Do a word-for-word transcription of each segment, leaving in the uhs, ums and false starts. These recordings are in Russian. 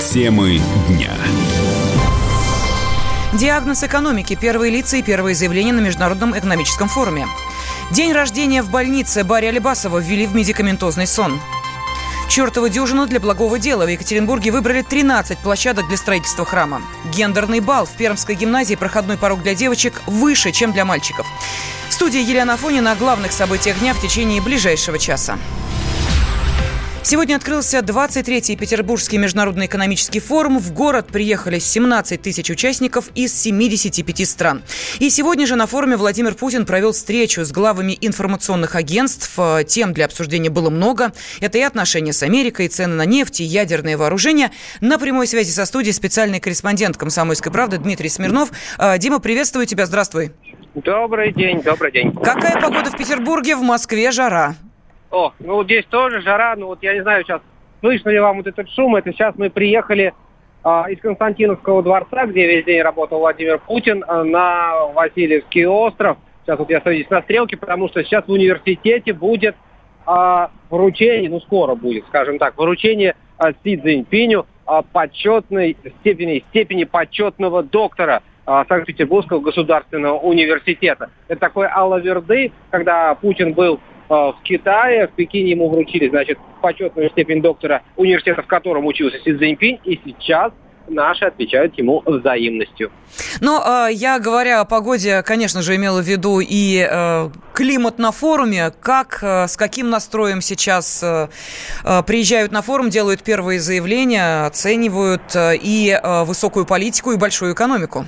Темы дня. Диагноз экономики. Первые лица и первые заявления на Международном экономическом форуме. День рождения в больнице. Барри Алибасова ввели в медикаментозный сон. Чертова дюжина для благого дела. В Екатеринбурге выбрали тринадцать площадок для строительства храма. Гендерный бал. В Пермской гимназии проходной порог для девочек выше, чем для мальчиков. В студии Елена Афонина о главных событиях дня в течение ближайшего часа. Сегодня открылся двадцать третий Петербургский международный экономический форум. В город приехали семнадцать тысяч участников из семидесяти пяти стран. И сегодня же на форуме Владимир Путин провел встречу с главами информационных агентств. Тем для обсуждения было много. Это и отношения с Америкой, и цены на нефть, и ядерные вооружения. На прямой связи со студией специальный корреспондент «Комсомольской правды» Дмитрий Смирнов. Дима, приветствую тебя. Здравствуй. Добрый день, добрый день. Какая погода в Петербурге? В Москве жара. О, ну здесь тоже жара, ну вот я не знаю сейчас, слышно ли вам вот этот шум, это сейчас мы приехали а, из Константиновского дворца, где весь день работал Владимир Путин, а, на Васильевский остров. Сейчас вот я садюсь на стрелке, потому что сейчас в университете будет а, вручение, ну скоро будет, скажем так, вручение а, Си Цзиньпиню а, почетной степени, степени почетного доктора а, Санкт-Петербургского государственного университета. Это такой ала-верды, когда Путин был в Китае, в Пекине ему вручили, значит, почетную степень доктора университета, в котором учился Си Цзиньпинь, и сейчас наши отвечают ему взаимностью. Но э, я, говоря о погоде, конечно же, имела в виду и э, климат на форуме. Как, э, с каким настроем сейчас э, э, приезжают на форум, делают первые заявления, оценивают э, и э, высокую политику, и большую экономику?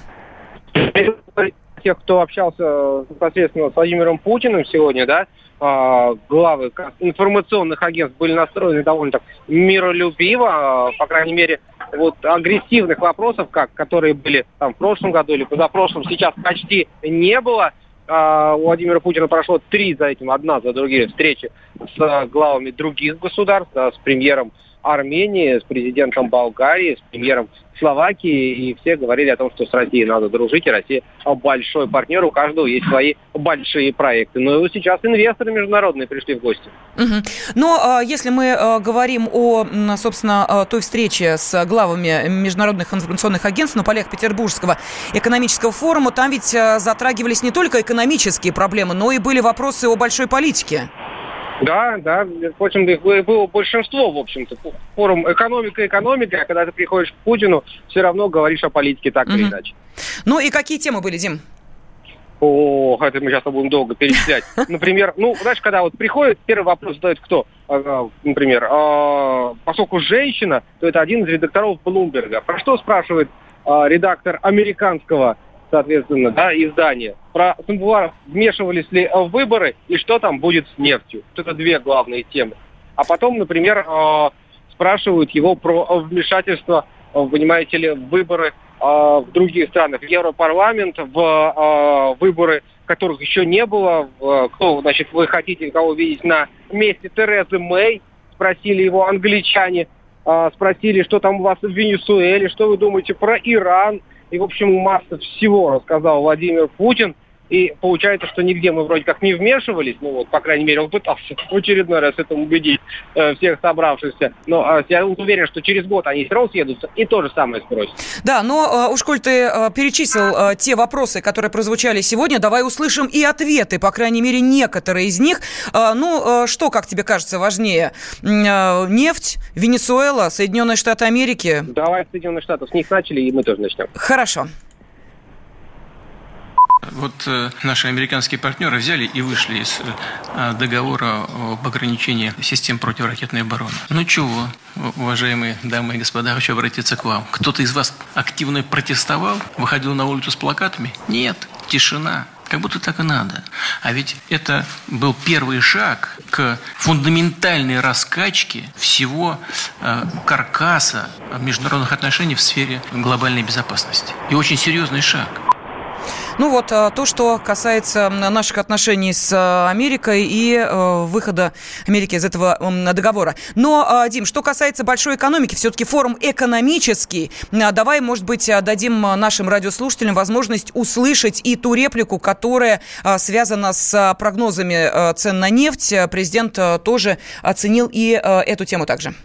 Тех, кто общался непосредственно с Владимиром Путиным сегодня, да, главы информационных агентств были настроены довольно так миролюбиво, по крайней мере, вот агрессивных вопросов, как, которые были там в прошлом году или позапрошлом, сейчас почти не было. У Владимира Путина прошло три за этим, одна за другие встречи с главами других государств, да, с премьером Армении, с президентом Болгарии, с премьером Словакии, и все говорили о том, что с Россией надо дружить, и Россия большой партнер, у каждого есть свои большие проекты. Но сейчас инвесторы международные пришли в гости. Угу. Но если мы говорим о, собственно, той встрече с главами международных информационных агентств на полях Петербургского экономического форума, там ведь затрагивались не только экономические проблемы, но и были вопросы о большой политике. Да, да, впрочем, их было большинство, в общем-то. Форум экономика-экономика, а когда ты приходишь к Путину, все равно говоришь о политике так или иначе. Ну и какие темы были, Дим? О, это мы сейчас будем долго перечислять. Например, ну, знаешь, когда вот приходит, первый вопрос задает кто? Например, поскольку женщина, то это один из редакторов Блумберга. Про что спрашивает редактор американского, соответственно, да, издания? Про вмешивались ли в выборы и что там будет с нефтью. Вот это две главные темы. А потом, например, спрашивают его про вмешательство, понимаете ли, в выборы в других странах, в Европарламент, в выборы, которых еще не было. Кто, значит, вы хотите кого видеть на месте Терезы Мэй? Спросили его англичане. Спросили, что там у вас в Венесуэле, что вы думаете про Иран. И, в общем, масса всего рассказал Владимир Путин. И получается, что нигде мы вроде как не вмешивались. Ну вот, по крайней мере, он пытался в очередной раз это убедить э, всех собравшихся. Но э, я уверен, что через год они все равно съедутся и то же самое спросят. Да, но э, уж коль ты э, перечислил э, те вопросы, которые прозвучали сегодня, давай услышим и ответы, по крайней мере, некоторые из них. Э, ну, э, что, как тебе кажется, важнее? Э, нефть, Венесуэла, Соединенные Штаты Америки? Давай Соединенные Штаты. С них начали, и мы тоже начнем. Хорошо. Вот э, наши американские партнеры взяли и вышли из э, договора об ограничении систем противоракетной обороны. Ну чего, уважаемые дамы и господа, хочу обратиться к вам. Кто-то из вас активно протестовал, выходил на улицу с плакатами? Нет, тишина. Как будто так и надо. А ведь это был первый шаг к фундаментальной раскачке всего э, каркаса международных отношений в сфере глобальной безопасности. И очень серьезный шаг. Ну вот, то, что касается наших отношений с Америкой и э, выхода Америки из этого э, договора. Но, э, Дим, что касается большой экономики, все-таки форум экономический. Давай, может быть, дадим нашим радиослушателям возможность услышать и ту реплику, которая э, связана с прогнозами э, цен на нефть. Президент э, тоже оценил и э, эту тему также.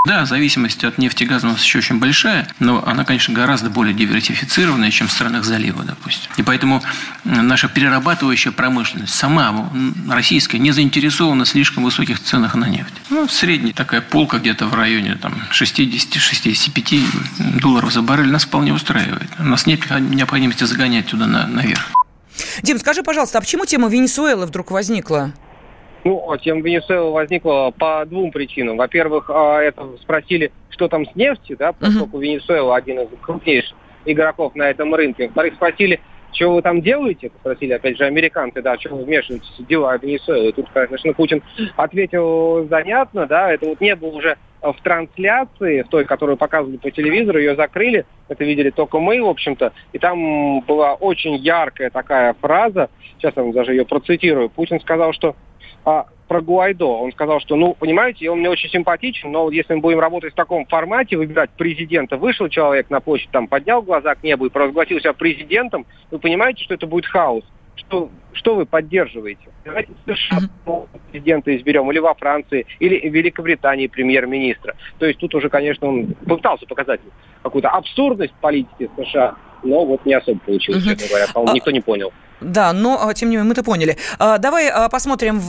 Да, зависимость от нефти и газа у нас еще очень большая, но она, конечно, гораздо более диверсифицированная, чем в странах залива, допустим. И поэтому наша перерабатывающая промышленность сама, российская, не заинтересована в слишком высоких ценах на нефть. Ну, средняя такая полка где-то в районе там, шестьдесят-шестьдесят пять долларов за баррель нас вполне устраивает. У нас нет необходимости загонять туда на, наверх. Дим, скажи, пожалуйста, а почему тема Венесуэлы вдруг возникла? Ну, тема Венесуэлы возникла по двум причинам. Во-первых, это спросили, что там с нефтью, да, поскольку uh-huh. Венесуэла один из крупнейших игроков на этом рынке. Во-вторых, спросили, что вы там делаете? Спросили, опять же, американцы, да, что вы вмешиваетесь в дела Венесуэлы. И тут, конечно, Путин ответил занятно, да, это вот не было уже в трансляции, в той, которую показывали по телевизору, ее закрыли, это видели только мы, в общем-то, и там была очень яркая такая фраза, сейчас я вам даже ее процитирую. Путин сказал, что а, про Гуайдо, он сказал, что, ну, понимаете, он мне очень симпатичен, но если мы будем работать в таком формате, выбирать президента, вышел человек на площадь, там, поднял глаза к небу и провозгласил себя президентом, вы понимаете, что это будет хаос? Что, что вы поддерживаете? Давайте в США президента изберем, или во Франции, или в Великобритании премьер-министра. То есть тут уже, конечно, он пытался показать какую-то абсурдность политики США, но вот не особо получилось, честно uh-huh. говоря, по-моему, никто не понял. Да, но, тем не менее, мы-то поняли. Давай посмотрим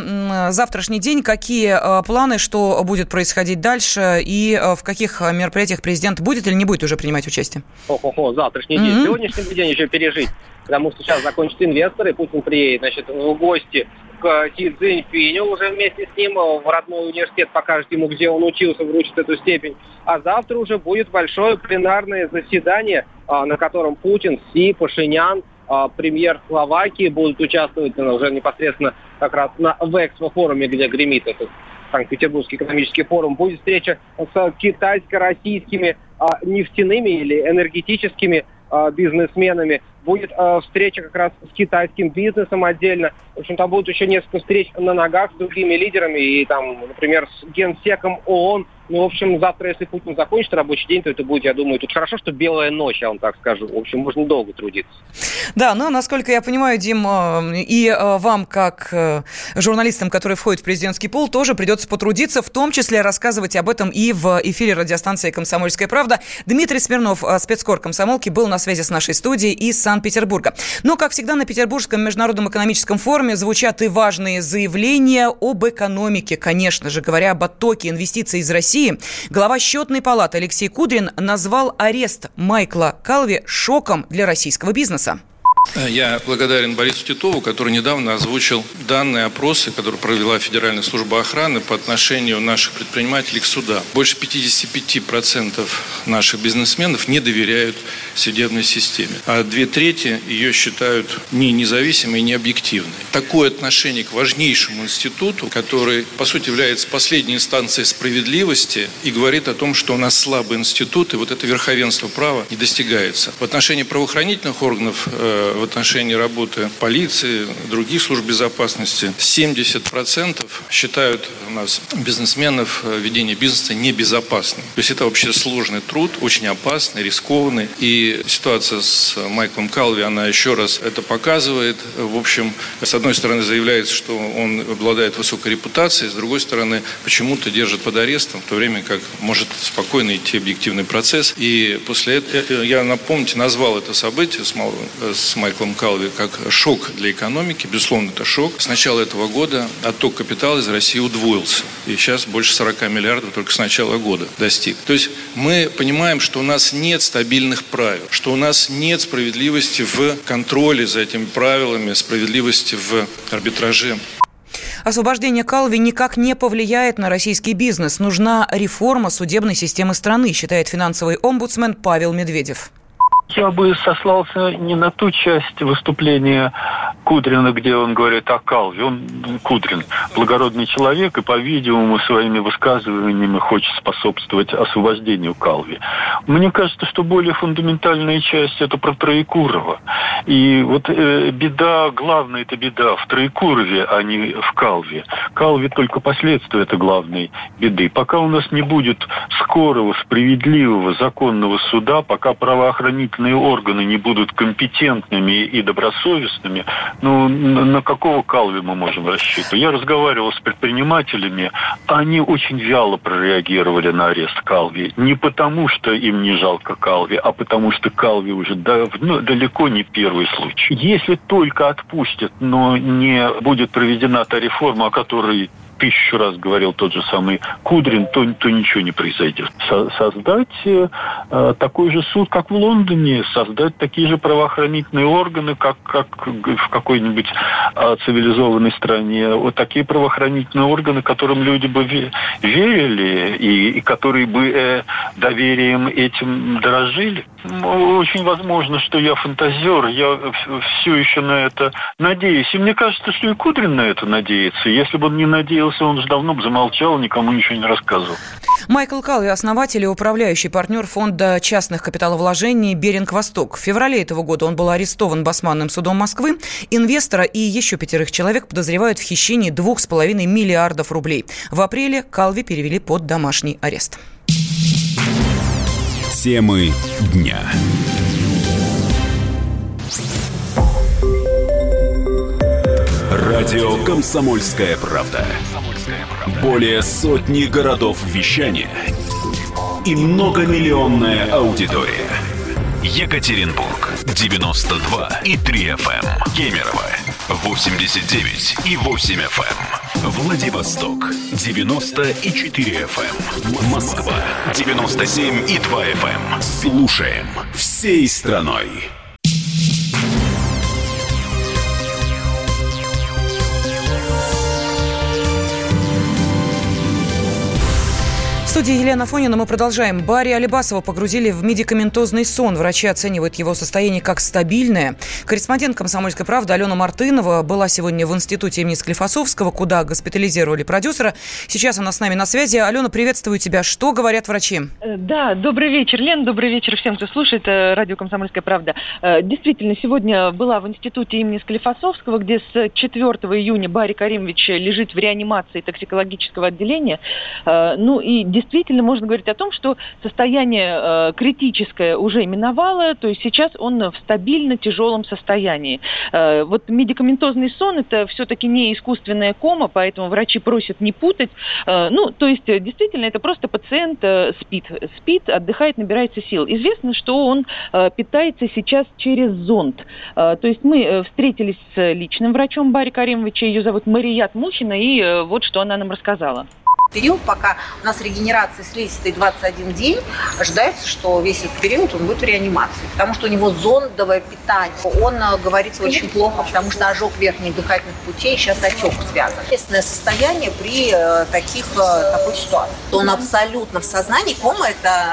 в завтрашний день, какие планы, что будет происходить дальше, и в каких мероприятиях президент будет или не будет уже принимать участие. Хо-хо-хо, завтрашний mm-hmm. день. Сегодняшний день еще пережить, потому что сейчас закончатся инвесторы, Путин приедет, значит, в гости к Си Цзиньпиню уже вместе с ним в родной университет, покажет ему, где он учился, вручит эту степень. А завтра уже будет большое пленарное заседание, на котором Путин, Си, Пашинян, премьер Словакии будут участвовать уже непосредственно как раз на в Экспо-форуме, где гремит этот Санкт-Петербургский экономический форум. Будет встреча с китайско-российскими а, нефтяными или энергетическими а, бизнесменами. Будет а, встреча как раз с китайским бизнесом отдельно. В общем, там будут еще несколько встреч на ногах с другими лидерами и там, например, с генсеком ООН. Ну, в общем, завтра, если Путин закончит рабочий день, то это будет, я думаю, тут хорошо, что белая ночь, я вам так скажу. В общем, можно долго трудиться. Да, но, насколько я понимаю, Дим, и вам, как журналистам, которые входят в президентский пул, тоже придется потрудиться, в том числе рассказывать об этом и в эфире радиостанции «Комсомольская правда». Дмитрий Смирнов, спецкор комсомолки, был на связи с нашей студией из Санкт-Петербурга. Но, как всегда, на Петербургском международном экономическом форуме звучат и важные заявления об экономике, конечно же, говоря об оттоке инвестиций из России. Глава Счетной палаты Алексей Кудрин назвал арест Майкла Калви шоком для российского бизнеса. Я благодарен Борису Титову, который недавно озвучил данные опросы, которые провела Федеральная служба охраны по отношению наших предпринимателей к судам. Больше пятьдесят пять процентов наших бизнесменов не доверяют судебной системе, а две трети ее считают не независимой и не объективной. Такое отношение к важнейшему институту, который, по сути, является последней инстанцией справедливости и говорит о том, что у нас слабый институт, и вот это верховенство права не достигается. В отношении правоохранительных органов, в отношении работы полиции, других служб безопасности, семьдесят процентов считают у нас бизнесменов ведение бизнеса небезопасным. То есть это вообще сложный труд, очень опасный, рискованный. И ситуация с Майклом Калви, она еще раз это показывает. В общем, с одной стороны заявляется, что он обладает высокой репутацией, с другой стороны почему-то держит под арестом, в то время как может спокойно идти объективный процесс. И после этого, я, напомните, назвал это событие с Майклом Калви как шок для экономики. Безусловно, это шок. С начала этого года отток капитала из России удвоился. И сейчас больше сорок миллиардов только с начала года достиг. То есть мы понимаем, что у нас нет стабильных правил, что у нас нет справедливости в контроле за этими правилами, справедливости в арбитраже. Освобождение Калви никак не повлияет на российский бизнес. Нужна реформа судебной системы страны, считает финансовый омбудсмен Павел Медведев. Я бы сослался не на ту часть выступления Кудрина, где он говорит о Калви. Он, Кудрин, благородный человек и, по-видимому, своими высказываниями хочет способствовать освобождению Калви. Мне кажется, что более фундаментальная часть – это про Троекурова. И вот э, беда, главная это беда в Троекурове, а не в Калви. Калви только последствия этой главной беды. Пока у нас не будет скорого, справедливого, законного суда, пока правоохранительные правоохранительные органы не будут компетентными и добросовестными, ну, на какого Калви мы можем рассчитывать? Я разговаривал с предпринимателями, они очень вяло прореагировали на арест Калви. Не потому, что им не жалко Калви, а потому, что Калви уже давно, далеко не первый случай. Если только отпустят, но не будет проведена та реформа, о которой тысячу раз говорил тот же самый Кудрин, то, то ничего не произойдет. Со- создать э, такой же суд, как в Лондоне, создать такие же правоохранительные органы, как, как в какой-нибудь э, цивилизованной стране. Вот такие правоохранительные органы, которым люди бы ве- верили и, и которые бы э, доверием этим дорожили. Очень возможно, что я фантазер, я все еще на это надеюсь. И мне кажется, что и Кудрин на это надеется. Если бы он не надеялся, он же давно бы замолчал, никому ничего не рассказывал. Майкл Калви, основатель и управляющий партнер фонда частных капиталовложений «Беринг-Восток». В феврале этого года он был арестован Басманным судом Москвы. Инвестора и еще пятерых человек подозревают в хищении двух с половиной миллиардов рублей. В апреле Калви перевели под домашний арест. Темы дня. Радио «Комсомольская правда». Более сотни городов вещания и многомиллионная аудитория. Екатеринбург девяносто два и три эф эм, Кемерово восемьдесят девять и восемь эф эм, Владивосток девяносто и четыре эф эм, Москва девяносто семь и два эф эм. Слушаем всей страной. В студии Елена Афонина мы продолжаем. Барри Алибасова погрузили в медикаментозный сон. Врачи оценивают его состояние как стабильное. Корреспондент «Комсомольской правды» Алена Мартынова была сегодня в институте имени Склифосовского, куда госпитализировали продюсера. Сейчас она с нами на связи. Алена, приветствую тебя. Что говорят врачи? Да, добрый вечер, Лен, добрый вечер всем, кто слушает радио «Комсомольская правда». Действительно, сегодня была в институте имени Склифосовского, где с четвёртого июня Барри Каримович лежит в реанимации токсикологического отделения. Ну и действительно, Действительно, можно говорить о том, что состояние э, критическое уже миновало, то есть сейчас он в стабильно тяжелом состоянии. Э, вот медикаментозный сон – это все-таки не искусственная кома, поэтому врачи просят не путать. Э, ну, то есть, действительно, это просто пациент э, спит, спит, отдыхает, набирается сил. Известно, что он э, питается сейчас через зонд. Э, то есть мы э, встретились с личным врачом Барри Каримовича, ее зовут Марият Мухина, и э, вот что она нам рассказала. Период, пока у нас регенерация слизистой двадцать один день, ожидается, что весь этот период он будет в реанимации, потому что у него зондовое питание. Он говорится очень плохо, потому что ожог верхних дыхательных путей, сейчас отек связан. Естественное состояние при э, таких, э, такой ситуации. Он абсолютно в сознании. Кома –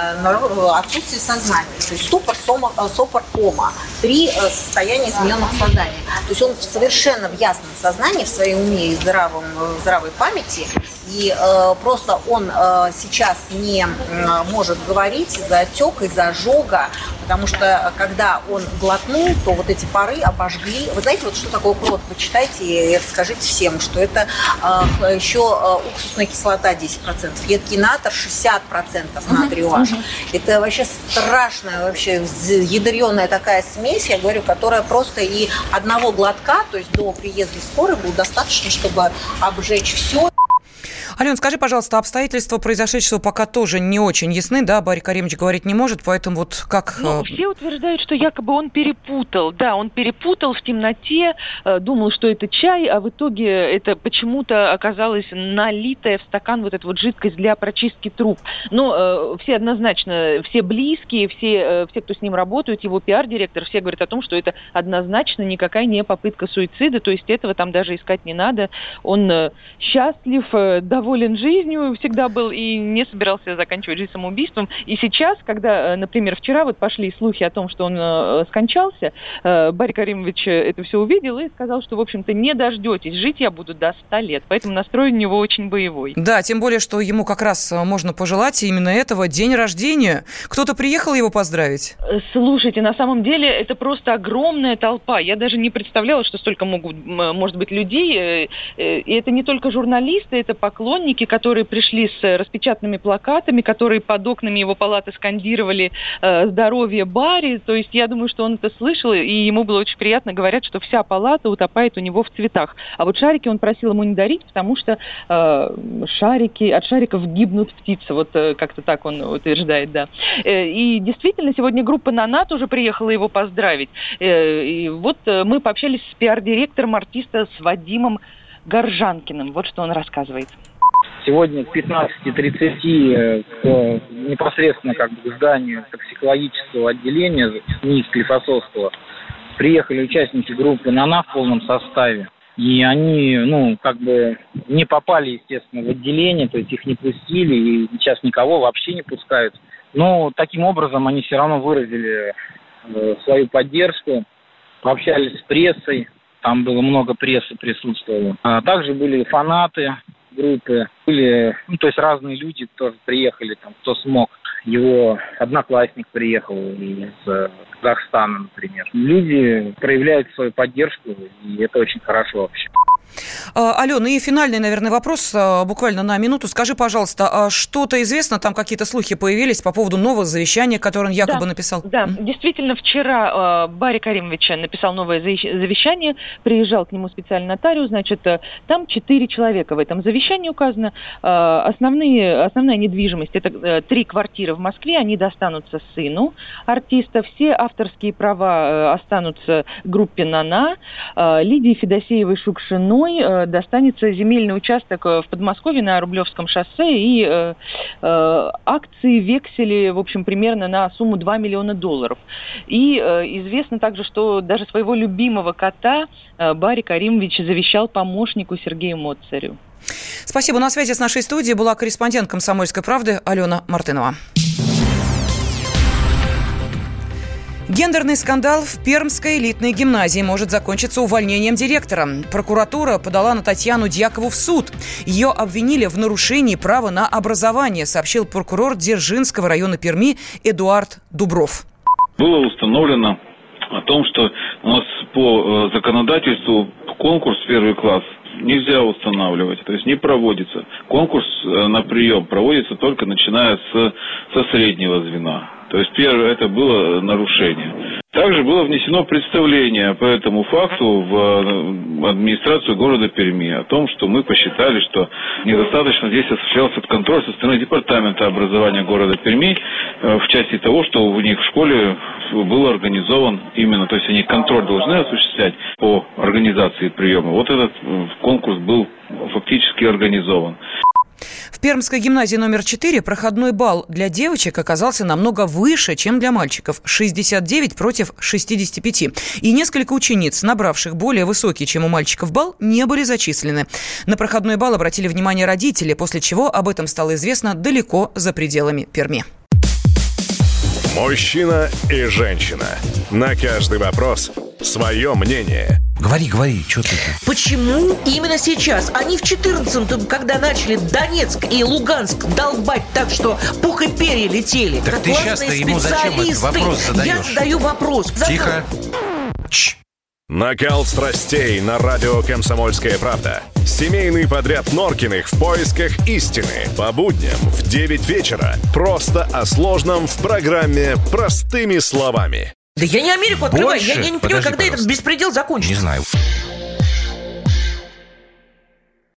это отсутствие сознания. То есть ступор, сома, сопор, кома. Три э, состояния измененного сознания. То есть он совершенно в ясном сознании, в своем уме и здравом, здравой памяти. И э, просто он э, сейчас не э, может говорить из-за отека, из-за ожога, потому что когда он глотнул, то вот эти пары обожгли. Вы знаете, вот что такое крот? Почитайте и расскажите всем, что это э, еще э, уксусная кислота десять процентов, едкий натр шестьдесят процентов натрий о аш. Uh-huh. Это вообще страшная, вообще ядреная такая смесь, я говорю, которая просто и одного глотка, то есть до приезда скорой, было достаточно, чтобы обжечь все. Алена, скажи, пожалуйста, обстоятельства произошедшего пока тоже не очень ясны, да? Барри Каримович говорить не может, поэтому вот как... Ну, все утверждают, что якобы он перепутал. Да, он перепутал в темноте, думал, что это чай, а в итоге это почему-то оказалось налитая в стакан вот эта вот жидкость для прочистки труб. Но э, все однозначно, все близкие, все, э, все, кто с ним работают, его пиар-директор, все говорят о том, что это однозначно никакая не попытка суицида, то есть этого там даже искать не надо. Он э, счастлив, э, доволен жизнью, всегда был и не собирался заканчивать жизнь самоубийством. И сейчас, когда, например, вчера вот пошли слухи о том, что он э, скончался, э, Барри Каримович это все увидел и сказал, что, в общем-то, не дождетесь, жить я буду до ста лет. Поэтому настрой у него очень боевой. Да, тем более, что ему как раз можно пожелать именно этого, день рождения. Кто-то приехал его поздравить? Слушайте, на самом деле это просто огромная толпа. Я даже не представляла, что столько могут, может быть людей. И это не только журналисты, это поклонники, поклонники, которые пришли с распечатанными плакатами, которые под окнами его палаты скандировали э, «Здоровье Барри». То есть я думаю, что он это слышал, и ему было очень приятно. Говорят, что вся палата утопает у него в цветах. А вот шарики он просил ему не дарить, потому что э, шарики, от шариков гибнут птицы. Вот э, как-то так он утверждает, да. Э, и действительно, сегодня группа «Нана» тоже приехала его поздравить. Э, и вот э, мы пообщались с пиар-директором артиста, с Вадимом Горжанкиным. Вот что он рассказывает. Сегодня к пятнадцати тридцати к, непосредственно как бы к зданию токсикологического отделения НИИ Склифосовского приехали участники группы «Нана» в полном составе. И они, ну, как бы не попали, естественно, в отделение, то есть их не пустили, и сейчас никого вообще не пускают. Но таким образом они все равно выразили э, свою поддержку, пообщались с прессой, там было много прессы присутствовало. А также были фанаты группы, были, ну, то есть разные люди тоже приехали, там, кто смог. Его одноклассник приехал из Казахстана, например. Люди проявляют свою поддержку, и это очень хорошо вообще. Алена, и финальный, наверное, вопрос, буквально на минуту. Скажи, пожалуйста, что-то известно, там какие-то слухи появились по поводу нового завещания, которое он якобы да, написал? Да, mm-hmm. действительно, вчера Барри Каримович написал новое завещание, приезжал к нему специальный нотариус, значит, там четыре человека в этом завещании указано. Основные, основная недвижимость, это три квартиры в Москве, они достанутся сыну артиста, все авторские права останутся группе «Нана», Лидии Федосеевой Шукшиной достанется земельный участок в Подмосковье на Рублевском шоссе и э, э, акции, вексели, в общем, примерно на сумму два миллиона долларов. И э, известно также, что даже своего любимого кота э, Барри Каримович завещал помощнику Сергею Моцарю. Спасибо. На связи с нашей студией была корреспондент «Комсомольской правды» Алена Мартынова. Гендерный скандал в Пермской элитной гимназии может закончиться увольнением директора. Прокуратура подала на Татьяну Дьякову в суд. Ее обвинили в нарушении права на образование, сообщил прокурор Дзержинского района Перми Эдуард Дубров. Было установлено о том, что у нас по законодательству конкурс в первый класс нельзя устанавливать, то есть не проводится. Конкурс на прием проводится только начиная с, со среднего звена. То есть первое, это было нарушение. Также было внесено представление по этому факту в администрацию города Перми о том, что мы посчитали, что недостаточно здесь осуществлялся контроль со стороны департамента образования города Перми в части того, что у них в школе был организован именно, то есть они контроль должны осуществлять по организации приема. Вот этот конкурс был фактически организован. В Пермской гимназии номер четыре проходной балл для девочек оказался намного выше, чем для мальчиков – шестьдесят девять против шестидесяти пяти. И несколько учениц, набравших более высокий, чем у мальчиков балл, не были зачислены. На проходной балл обратили внимание родители, после чего об этом стало известно далеко за пределами Перми. Мужчина и женщина. На каждый вопрос свое мнение. Говори, говори, что ты? Почему именно сейчас? Они в четырнадцатом, когда начали Донецк и Луганск долбать так, что пух и перья летели. Так ты сейчас-то ему зачем этот вопрос задаешь? Я задаю вопрос. Тихо. Чш. Накал страстей на радио «Комсомольская правда». Семейный подряд Норкиных в поисках истины. По будням в девять вечера. Просто о сложном в программе «Простыми словами». Да я не Америку открываю. Больше? Я, я не Подожди, понимаю, когда пожалуйста. этот беспредел закончится. Не знаю.